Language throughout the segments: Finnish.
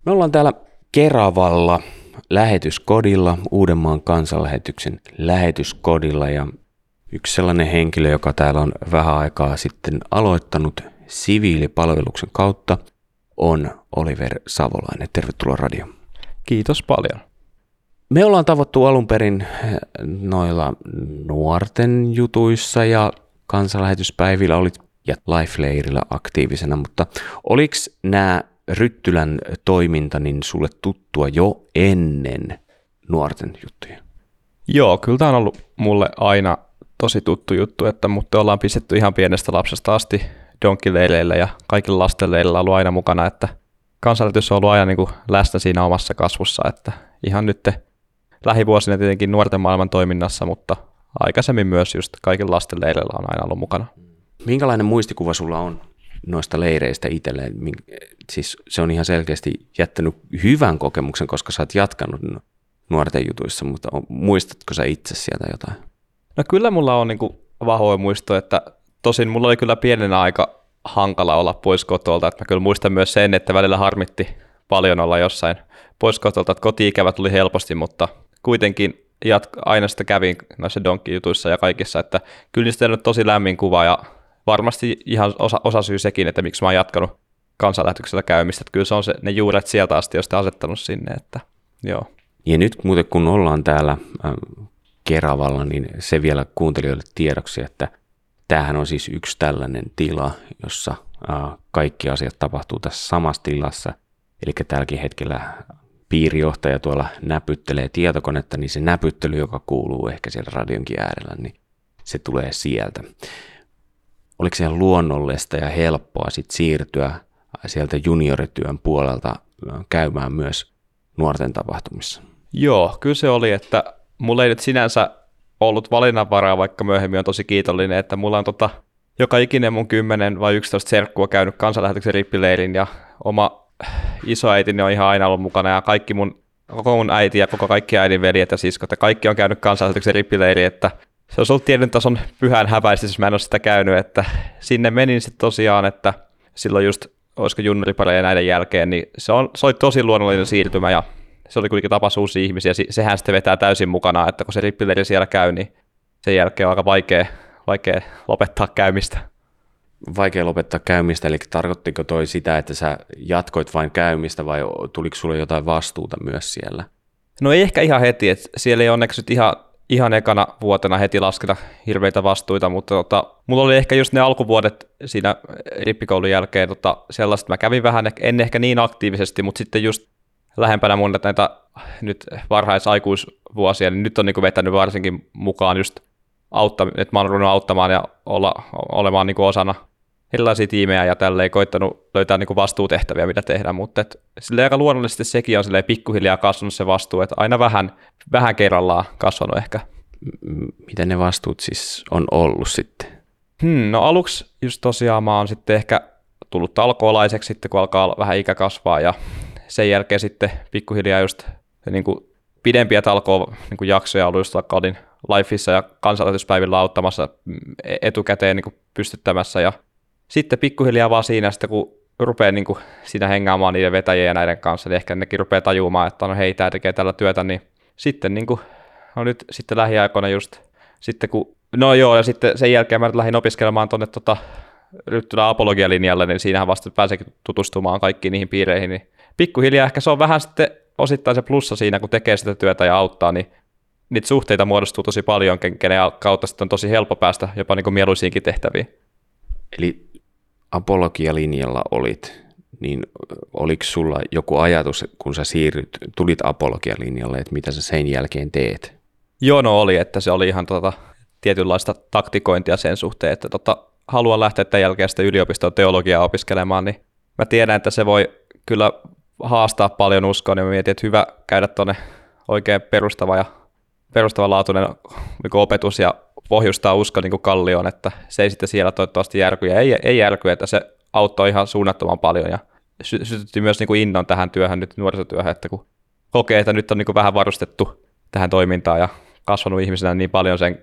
Me ollaan täällä Keravalla lähetyskodilla, Uudenmaan kansanlähetyksen lähetyskodilla ja yksi sellainen henkilö, joka täällä on vähän aikaa sitten aloittanut siviilipalveluksen kautta, on Oliver Savolainen. Tervetuloa radioon. Kiitos paljon. Me ollaan tavattu alun perin noilla nuorten jutuissa ja kansanlähetyspäivillä olit ja Life-leirillä aktiivisena, mutta oliko nämä Ryttylän toiminta niin sulle tuttua jo ennen nuorten juttuja? Joo, kyllä tämä on ollut mulle aina tosi tuttu juttu, että mutta ollaan pistetty ihan pienestä lapsesta asti donkkileireillä ja kaikilla lastenleireillä on ollut aina mukana, että kansanlähetys on ollut aina niin kuin läsnä siinä omassa kasvussa, että ihan nyt lähivuosina tietenkin nuorten maailman toiminnassa, mutta aikaisemmin myös just kaikilla lastenleireillä on aina ollut mukana. Minkälainen muistikuva sulla on noista leireistä itselleen? Siis se on ihan selkeästi jättänyt hyvän kokemuksen, koska sä oot jatkanut nuorten jutuissa, mutta muistatko sä itse sieltä jotain? No kyllä mulla on niin kuin vahvoja muistoja, että tosin mulla oli kyllä pienenä aika hankala olla pois kotolta, että mä kyllä muistan myös sen, että välillä harmitti paljon olla jossain pois kotolta, että koti-ikävä tuli helposti, mutta kuitenkin aina sitä kävin noissa donkkijutuissa ja kaikissa, että kyllä niistä on nyt tosi lämmin kuva ja varmasti ihan osa syy sekin, että miksi mä oon jatkanut kansanlähetyksellä käymistä, että kyllä se on ne juuret sieltä asti, josta asettanut sinne, että joo. Ja nyt muuten kun ollaan täällä Keravalla, niin se vielä kuuntelijoille tiedoksi, että tämähän on siis yksi tällainen tila, jossa kaikki asiat tapahtuu tässä samassa tilassa. Eli tälläkin hetkellä piirijohtaja tuolla näpyttelee tietokonetta, niin se näpyttely, joka kuuluu ehkä siellä radionkin äärellä, niin se tulee sieltä. Oliko se luonnollista ja helppoa sit siirtyä sieltä juniorityön puolelta käymään myös nuorten tapahtumissa? Joo, kyllä se oli, että mulla ei nyt sinänsä ollut valinnanvaraa, vaikka myöhemmin on tosi kiitollinen, että mulla on joka ikinen mun 10 vai 11 serkkua käynyt kansanlähetyksen rippileirin ja oma isoäitini on ihan aina ollut mukana ja koko mun äiti ja koko kaikki äidin veljet ja siskot ja kaikki on käynyt kansanlähetyksen rippileiriin, että se olisi ollut tietyn tason pyhän häpäistä, jos mä en ole sitä käynyt, että sinne menin sitten tosiaan, että silloin just, olisiko junioripareja näiden jälkeen, niin se oli tosi luonnollinen siirtymä ja se oli kuitenkin tapas uusia ihmisiä, sehän sitten vetää täysin mukana, että kun se rippileiri siellä käy, niin sen jälkeen on aika vaikea lopettaa käymistä. Vaikea lopettaa käymistä, eli tarkoittiko toi sitä, että sä jatkoit vain käymistä vai tuliko sulle jotain vastuuta myös siellä? No ei ehkä ihan heti, että siellä ei onneksi nyt ihan ekana vuotena heti lasketa hirveitä vastuita, mutta mulla oli ehkä just ne alkuvuodet siinä rippikoulun jälkeen sellaista, mä kävin vähän, en ehkä niin aktiivisesti, mutta sitten just lähempänä mun näitä nyt varhaisaikuisvuosia, niin nyt on niin kuin vetänyt varsinkin mukaan just että mä oon ruvennut auttamaan ja olemaan niin kuin osana erilaisia tiimejä ja tälleen koittanut löytää niin kuin vastuutehtäviä, mitä tehdään, mutta silleen aika luonnollisesti sekin on silleen pikkuhiljaa kasvanut se vastuu, että aina vähän kerrallaan kasvanut ehkä. Mitä ne vastuut siis on ollut sitten? No aluksi just tosiaan mä oon sitten ehkä tullut talkoolaiseksi sitten, kun alkaa vähän ikä kasvaa ja sen jälkeen sitten pikkuhiljaa just niin kuin pidempiä niin jaksoja ollut just vaikka olin Lifeissa ja kansanlähetyspäivillä auttamassa etukäteen niin kuin pystyttämässä ja sitten pikkuhiljaa vaan siinä sitten kun rupeaa niin kuin siinä hengaamaan niiden vetäjien ja näiden kanssa, niin ehkä nekin rupeaa tajumaan, että no hei, tämä tekee tällä työtä, niin sitten niin kuin, no nyt sitten lähiaikoina just sitten kun, no joo ja sitten sen jälkeen mä nyt lähdin opiskelemaan tuonne Ryttylän apologialinjalle, niin siinähän vasta pääseekin tutustumaan kaikkiin niihin piireihin, niin pikkuhiljaa ehkä se on vähän sitten osittain se plussa siinä, kun tekee sitä työtä ja auttaa, niin niitä suhteita muodostuu tosi paljon, kenen kautta sitten on tosi helppo päästä jopa niin kuin mieluisiinkin tehtäviin. Eli apologialinjalla olit, niin oliko sulla joku ajatus, kun sä tulit apologialinjalle, että mitä sä sen jälkeen teet? Joo, no oli, että se oli ihan tietynlaista taktikointia sen suhteen, että haluan lähteä tämän jälkeen sitä yliopiston teologiaa opiskelemaan, niin mä tiedän, että se voi kyllä haastaa paljon uskoa, niin mä mietin, että hyvä käydä tuonne oikein perustavanlaatuinen niin opetus ja pohjustaa usko niin kuin kallioon, että se ei sitten siellä toivottavasti järky ja ei järky, että se auttoi ihan suunnattoman paljon ja sytytti myös niin kuin innon tähän työhön, nyt nuorisotyöhön, että kun kokee, että nyt on niin kuin vähän varustettu tähän toimintaan ja kasvanut ihmisenä niin paljon sen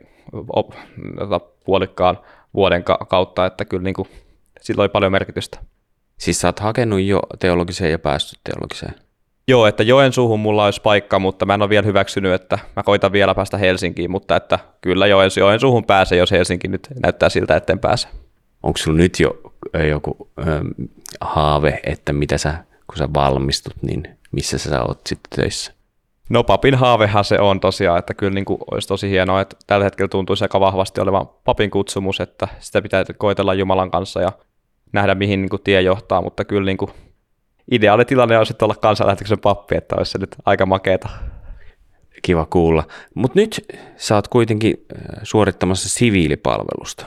puolikkaan vuoden kautta, että kyllä niin kuin, sillä oli paljon merkitystä. Siis sä oot hakenut jo teologiseen ja päässyt teologiseen? Joo, että Joensuuhun mulla olisi paikka, mutta mä en ole vielä hyväksynyt, että mä koitan vielä päästä Helsinkiin, mutta että kyllä Joensuuhun pääsee, jos Helsinki nyt näyttää siltä, etten pääse. Onko sulla nyt jo joku haave, että mitä kun sä valmistut, niin missä sä oot sitten töissä? No papin haavehan se on tosiaan, että kyllä niin kuin olisi tosi hienoa, että tällä hetkellä tuntuisi aika vahvasti olevan papin kutsumus, että sitä pitää koetella Jumalan kanssa ja nähdä mihin niin kuin tie johtaa, mutta kyllä niin kuin ideaali tilanne on sitten olla kansanlähetyksen pappi, että olisi se nyt aika makeeta. Kiva kuulla. Mutta nyt sä oot kuitenkin suorittamassa siviilipalvelusta,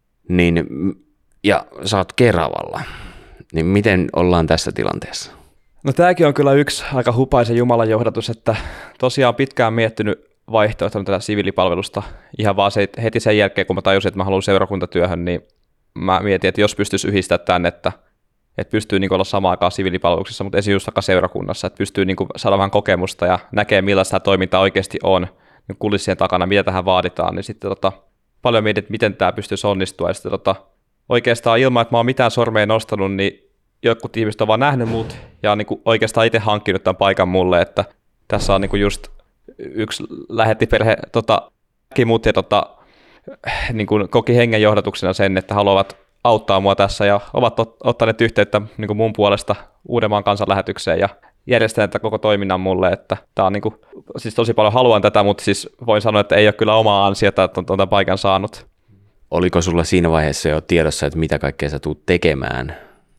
ja sä oot Keravalla. Niin miten ollaan tässä tilanteessa? No tämäkin on kyllä yksi aika hupaisen Jumalan johdatus, että tosiaan pitkään miettinyt vaihtoehtona tätä siviilipalvelusta. Ihan vaan se, heti sen jälkeen, kun mä tajusin, että mä haluan seurakuntatyöhön, niin mä mietin, että jos pystyisi yhdistämään tämän, että pystyy niin olla samaan aikaan siviilipalveluksessa, mutta esimerkiksi just seurakunnassa, että pystyy niin saada vähän kokemusta ja näkee, millaista tämä toiminta oikeasti on niin kulissien takana, mitä tähän vaaditaan, niin sitten paljon mietin, että miten tämä pystyisi onnistua. Ja sitten oikeastaan ilman, että mä oon mitään sormea nostanut, niin jotkut ihmiset on vaan nähnyt mut ja niin oikeastaan itse hankkinut tämän paikan mulle, että tässä on niin just yksi lähettiperhe mut ja niin koki hengen johdatuksena sen, että haluavat auttaa mua tässä ja ovat ottaneet yhteyttä niin mun puolesta Uudenmaan kansanlähetykseen ja järjestäneet tätä koko toiminnan mulle, että tämä on siis tosi paljon haluan tätä, mutta siis voin sanoa, että ei ole kyllä omaa ansiota, että on tämän paikan saanut. Oliko sulla siinä vaiheessa jo tiedossa, että mitä kaikkea sä tulet tekemään?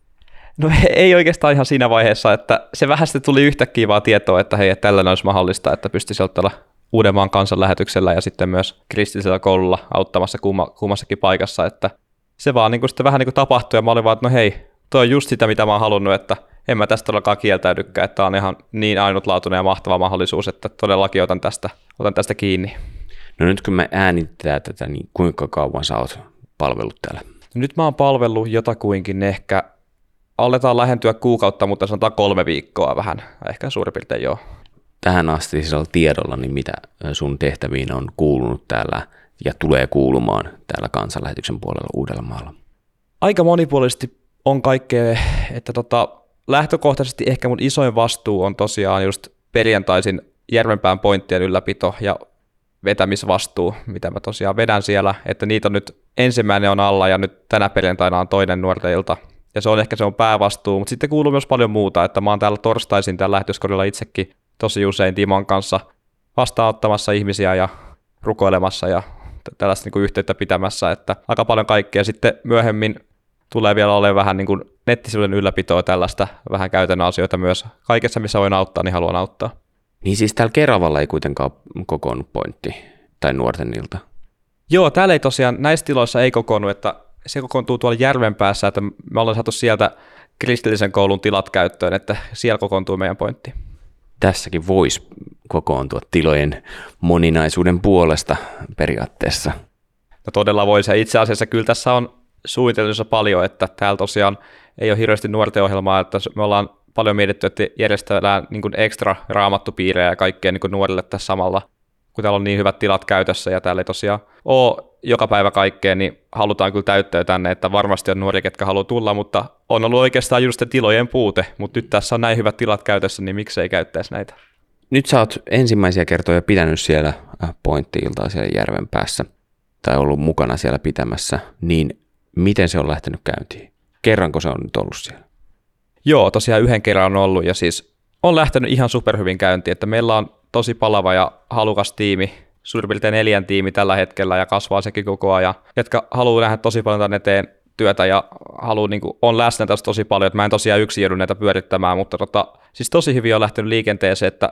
No ei oikeastaan ihan siinä vaiheessa, että se vähän sitten tuli yhtäkkiä vaan tietoa, että hei, tällainen olisi mahdollista, että pystyisi ottaa Uudenmaan kansanlähetyksellä ja sitten myös kristillisellä koululla auttamassa kummassakin paikassa, että se vaan sitten vähän tapahtui ja mä olin vaan, että no hei, toi on just sitä, mitä mä oon halunnut, että en mä tästä todellakaan kieltäydykään, että on ihan niin ainutlaatuinen ja mahtava mahdollisuus, että todellakin otan tästä kiinni. No nyt kun me äänitetään tätä, niin kuinka kauan sä oot palvellut täällä? Nyt mä oon palvellut jotakuinkin ehkä, aletaan lähentyä kuukautta, mutta sanotaan 3 viikkoa vähän, ehkä suurin piirtein joo. Tähän astisella tiedolla, niin mitä sun tehtäviin on kuulunut täällä ja tulee kuulumaan täällä kansanlähetyksen puolella Uudellamaalla? Aika monipuolisesti on kaikkea, että lähtökohtaisesti ehkä mun isoin vastuu on tosiaan just perjantaisin Järvenpään pointtien ylläpito ja vetämisvastuu, mitä mä tosiaan vedän siellä, että niitä on nyt ensimmäinen on alla ja nyt tänä perjantaina on toinen nuorten ilta. Ja se on päävastuu, mutta sitten kuuluu myös paljon muuta, että mä oon täällä torstaisin täällä lähetyskodilla itsekin tosi usein Timon kanssa vastaanottamassa ihmisiä ja rukoilemassa ja tällaista yhteyttä pitämässä, että aika paljon kaikkea. Sitten myöhemmin tulee vielä olemaan vähän nettisivujen ylläpitoa tällaista, vähän käytännön asioita myös. Kaikessa, missä voin auttaa, niin haluan auttaa. Niin siis täällä Keravalla ei kuitenkaan kokoonnut pointti tai nuorten ilta? Joo, täällä ei tosiaan, näissä tiloissa ei kokoonnu, että se kokoontuu tuolla Järvenpäässä, että me ollaan saatu sieltä kristillisen koulun tilat käyttöön, että siellä kokoontuu meidän pointti. Tässäkin voisi kokoontua tilojen moninaisuuden puolesta periaatteessa. No todella voisi, ja itse asiassa kyllä tässä on suunnitelmissa paljon, että täällä tosiaan ei ole hirveästi nuorten ohjelmaa, että me ollaan paljon mietitty, että järjestellään ekstra raamattupiirejä ja kaikkea nuorille tässä samalla, kun täällä on niin hyvät tilat käytössä ja täällä ei tosiaan ole joka päivä kaikkea, niin halutaan kyllä täyttöä tänne, että varmasti on nuoria, ketkä haluaa tulla, mutta on ollut oikeastaan just se tilojen puute, mutta nyt tässä on näin hyvät tilat käytössä, niin miksei käyttäisi näitä. Nyt sä oot ensimmäisiä kertoja pitänyt siellä pointti-iltaa siellä Järvenpäässä tai ollut mukana siellä pitämässä, niin miten se on lähtenyt käyntiin? Kerranko se on nyt ollut siellä? Joo, tosiaan 1 kerran on ollut ja siis on lähtenyt ihan superhyvin käyntiin, että meillä on tosi palava ja halukas tiimi, suurin piirtein 4 tiimi tällä hetkellä ja kasvaa sekin koko ajan, jotka haluaa nähdä tosi paljon tänne eteen työtä ja haluaa, on läsnä tässä tosi paljon, että mä en tosiaan yksin joudu näitä pyörittämään, mutta siis tosi hyvin on lähtenyt liikenteeseen, että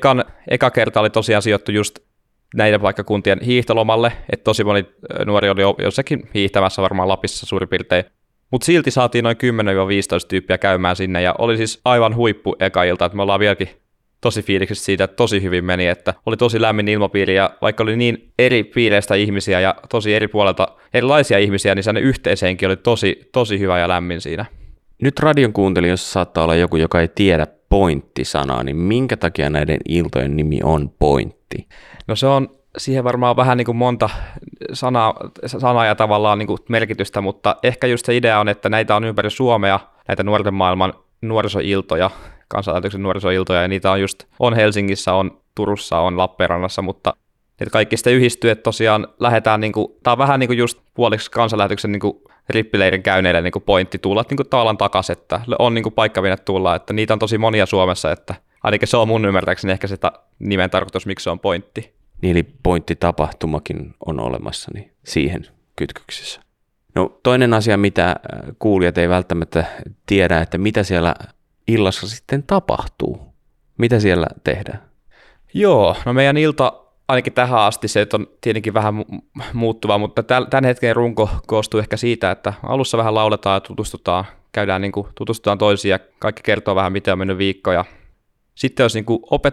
eka kerta oli tosiaan sijoittu just näiden paikkakuntien hiihtolomalle, että tosi moni nuori oli jossakin hiihtämässä varmaan Lapissa suurin piirtein, mutta silti saatiin noin 10-15 tyyppiä käymään sinne ja oli siis aivan huippu eka ilta, että me ollaan vieläkin tosi fiiliksissä siitä, että tosi hyvin meni, että oli tosi lämmin ilmapiiri ja vaikka oli niin eri piireistä ihmisiä ja tosi eri puolelta erilaisia ihmisiä, niin sellainen yhteishenki oli tosi hyvä ja lämmin siinä. Nyt radion kuuntelijoissa saattaa olla joku, joka ei tiedä pointti-sanaa, niin minkä takia näiden iltojen nimi on pointti? No se on siihen varmaan vähän monta sanaa ja tavallaan merkitystä, mutta ehkä just se idea on, että näitä on ympäri Suomea, näitä nuorten maailman nuorisoiltoja kansanlähetyksen nuorisoiltoja, ja niitä on Helsingissä, on Turussa, on Lappeenrannassa, mutta että kaikki sitten yhdistyy, että tosiaan lähdetään, tämä on vähän just puoliksi kansanlähetyksen rippileirin käyneille pointti tulla tavallaan takaisin, että on paikka minne tulla, että niitä on tosi monia Suomessa, että ainakin se on mun ymmärtääkseni ehkä sitä nimen tarkoitus, miksi se on pointti. Niin, eli pointtitapahtumakin on olemassa niin siihen kytköksissä. No toinen asia, mitä kuulijat ei välttämättä tiedä, että mitä siellä illassa sitten tapahtuu. Mitä siellä tehdään? Joo, no meidän ilta ainakin tähän asti se on tietenkin vähän muuttuva, mutta tämän hetken runko koostuu ehkä siitä, että alussa vähän lauletaan ja tutustutaan toisiin ja kaikki kertoo vähän, miten on mennyt viikko. Ja sitten jos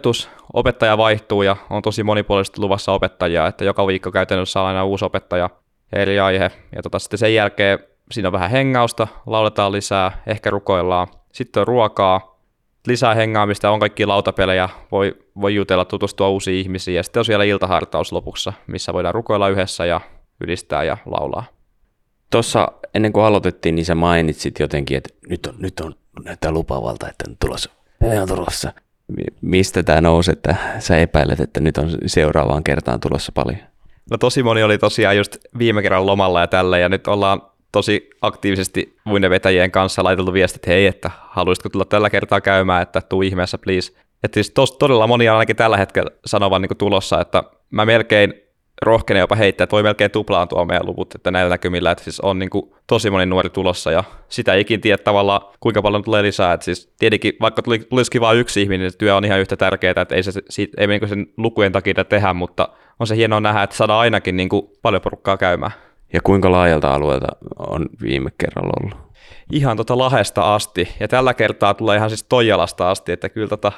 opettaja vaihtuu ja on tosi monipuolisesti luvassa opettajia, että joka viikko käytännössä on aina uusi opettaja ja eri aihe. Ja sitten sen jälkeen siinä on vähän hengausta, lauletaan lisää, ehkä rukoillaan. Sitten on ruokaa, lisää hengaamista, on kaikki lautapelejä, voi jutella, tutustua uusiin ihmisiin. Ja sitten on siellä iltahartaus lopussa, missä voidaan rukoilla yhdessä ja ylistää ja laulaa. Tuossa ennen kuin aloitettiin, niin sä mainitsit jotenkin, että nyt on näyttää lupaavalta, että on tulossa. Mistä tämä nousi, että sä epäilet, että nyt on seuraavaan kertaan tulossa paljon? No tosi moni oli tosiaan just viime kerran lomalla ja tällä, ja nyt ollaan tosi aktiivisesti muiden vetäjien kanssa laiteltu viestit, että hei, että haluaisitko tulla tällä kertaa käymään, että tuu ihmeessä please. Että siis todella moni on ainakin tällä hetkellä sanovan tulossa, että mä melkein rohkenen jopa heittää, että voi melkein tuplaantua meidän luvut, että näillä näkymillä, että siis on tosi moni nuori tulossa, ja sitä ei ikin tiedä tavallaan, kuinka paljon tulee lisää. Että siis tietenkin, vaikka tulisikin vain yksi ihminen, niin työ on ihan yhtä tärkeää, että ei me sen lukujen takia tehdä, mutta on se hienoa nähdä, että saadaan ainakin paljon porukkaa käymään. Ja kuinka laajalta alueelta on viime kerralla ollut? Ihan Lahdesta asti, ja tällä kertaa tulee ihan siis Toijalasta asti, että kyllä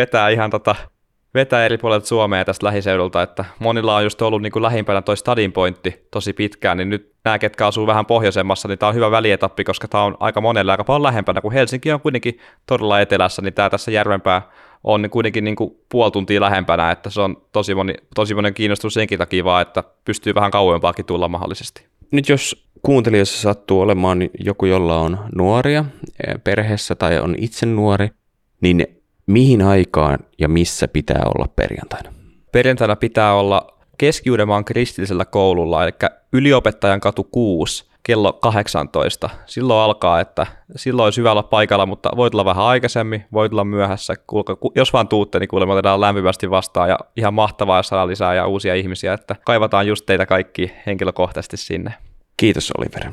vetää eri puolilta Suomea tästä lähiseudulta, että monilla on just ollut lähimpänä toi Stadin pointti tosi pitkään, niin nyt nämä, ketkä asuu vähän pohjoisemmassa, niin tämä on hyvä välietappi, koska tämä on aika monelle aika paljon lähempänä, kun Helsinki on kuitenkin todella etelässä, niin tämä tässä Järvenpää on kuitenkin puoli tuntia lähempänä, että se on tosi monen kiinnostus senkin takia vaan, että pystyy vähän kauempaakin tulla mahdollisesti. Nyt jos kuuntelijassa sattuu olemaan joku, jolla on nuoria perheessä tai on itse nuori, niin mihin aikaan ja missä pitää olla perjantaina? Perjantaina pitää olla Keski-Uudenmaan kristillisellä koululla, eli Yliopettajan katu 6, kello 18. Silloin alkaa, että silloin olisi hyvä olla paikalla, mutta voi tulla vähän aikaisemmin, voi tulla myöhässä. Jos vaan tuutte, niin kuulemma otetaan lämpimästi vastaan ja ihan mahtavaa, jos saadaan lisää ja uusia ihmisiä, että kaivataan just teitä kaikki henkilökohtaisesti sinne. Kiitos Oliver.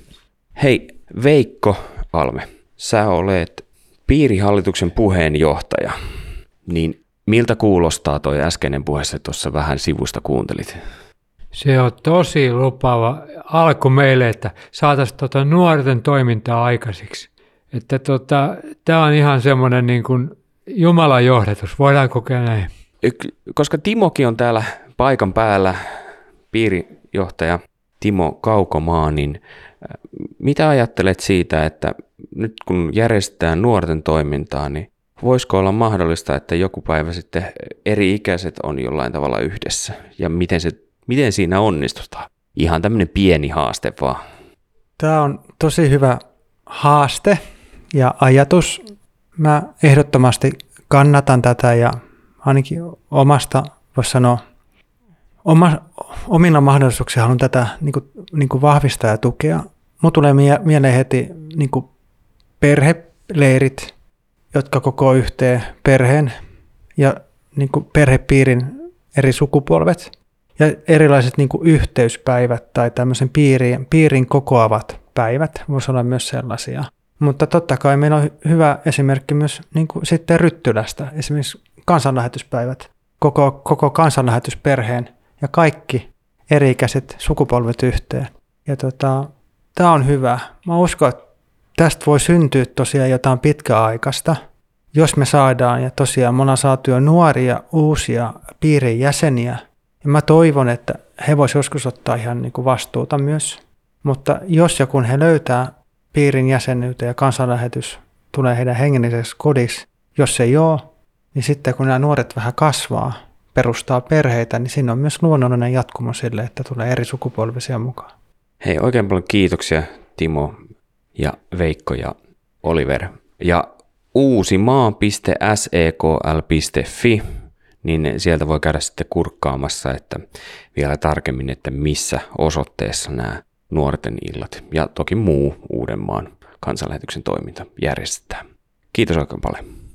Hei Veikko Alme, sä olet piirihallituksen puheenjohtaja, niin miltä kuulostaa toi äskeinen puhe, se tuossa vähän sivusta kuuntelit? Se on tosi lupaava alku meille, että saataisiin nuorten toimintaa aikaiseksi. Että tämä on ihan semmoinen niin kuin Jumalan johdatus, voidaan kokea näin. Koska Timokin on täällä paikan päällä, piirijohtaja Timo Kaukomaa, niin mitä ajattelet siitä, että nyt kun järjestetään nuorten toimintaa, niin voisiko olla mahdollista, että joku päivä sitten eri ikäiset on jollain tavalla yhdessä ja miten siinä onnistutaan? Ihan tämmöinen pieni haaste vaan. Tämä on tosi hyvä haaste ja ajatus. Mä ehdottomasti kannatan tätä ja ainakin omasta, voisi sanoa, omilla mahdollisuuksilla haluan tätä niin kuin vahvistaa ja tukea. Mulla tulee mieleen heti niin kuin perheleirit, jotka kokoo yhteen perheen ja niin kuin perhepiirin eri sukupolvet ja erilaiset niin kuin yhteyspäivät tai tämmöisen piirin kokoavat päivät voisi olla myös sellaisia. Mutta totta kai meillä on hyvä esimerkki myös niin kuin sitten Ryttylästä, esimerkiksi kansanlähetyspäivät, koko kansanlähetysperheen ja kaikki eri-ikäiset sukupolvet yhteen. Ja tämä on hyvä. Mä uskon, että tästä voi syntyä tosiaan jotain pitkäaikaista, jos me saadaan, ja tosiaan me ollaan saatu jo nuoria, uusia piirin jäseniä, ja mä toivon, että he voisivat joskus ottaa ihan niin kuin vastuuta myös. Mutta jos ja kun he löytää piirin jäsenyyttä ja kansanlähetys tulee heidän hengelliseksi kodiksi, jos ei ole, niin sitten kun nämä nuoret vähän kasvaa, perustaa perheitä, niin siinä on myös luonnollinen jatkumo sille, että tulee eri sukupolvisia mukaan. Hei, oikein paljon kiitoksia Timo ja Veikko ja Oliver. Ja uusimaa.sekl.fi, niin sieltä voi käydä sitten kurkkaamassa, että vielä tarkemmin, että missä osoitteessa nämä nuorten illat ja toki muu Uudenmaan kansanlähetyksen toiminta järjestetään. Kiitos oikein paljon.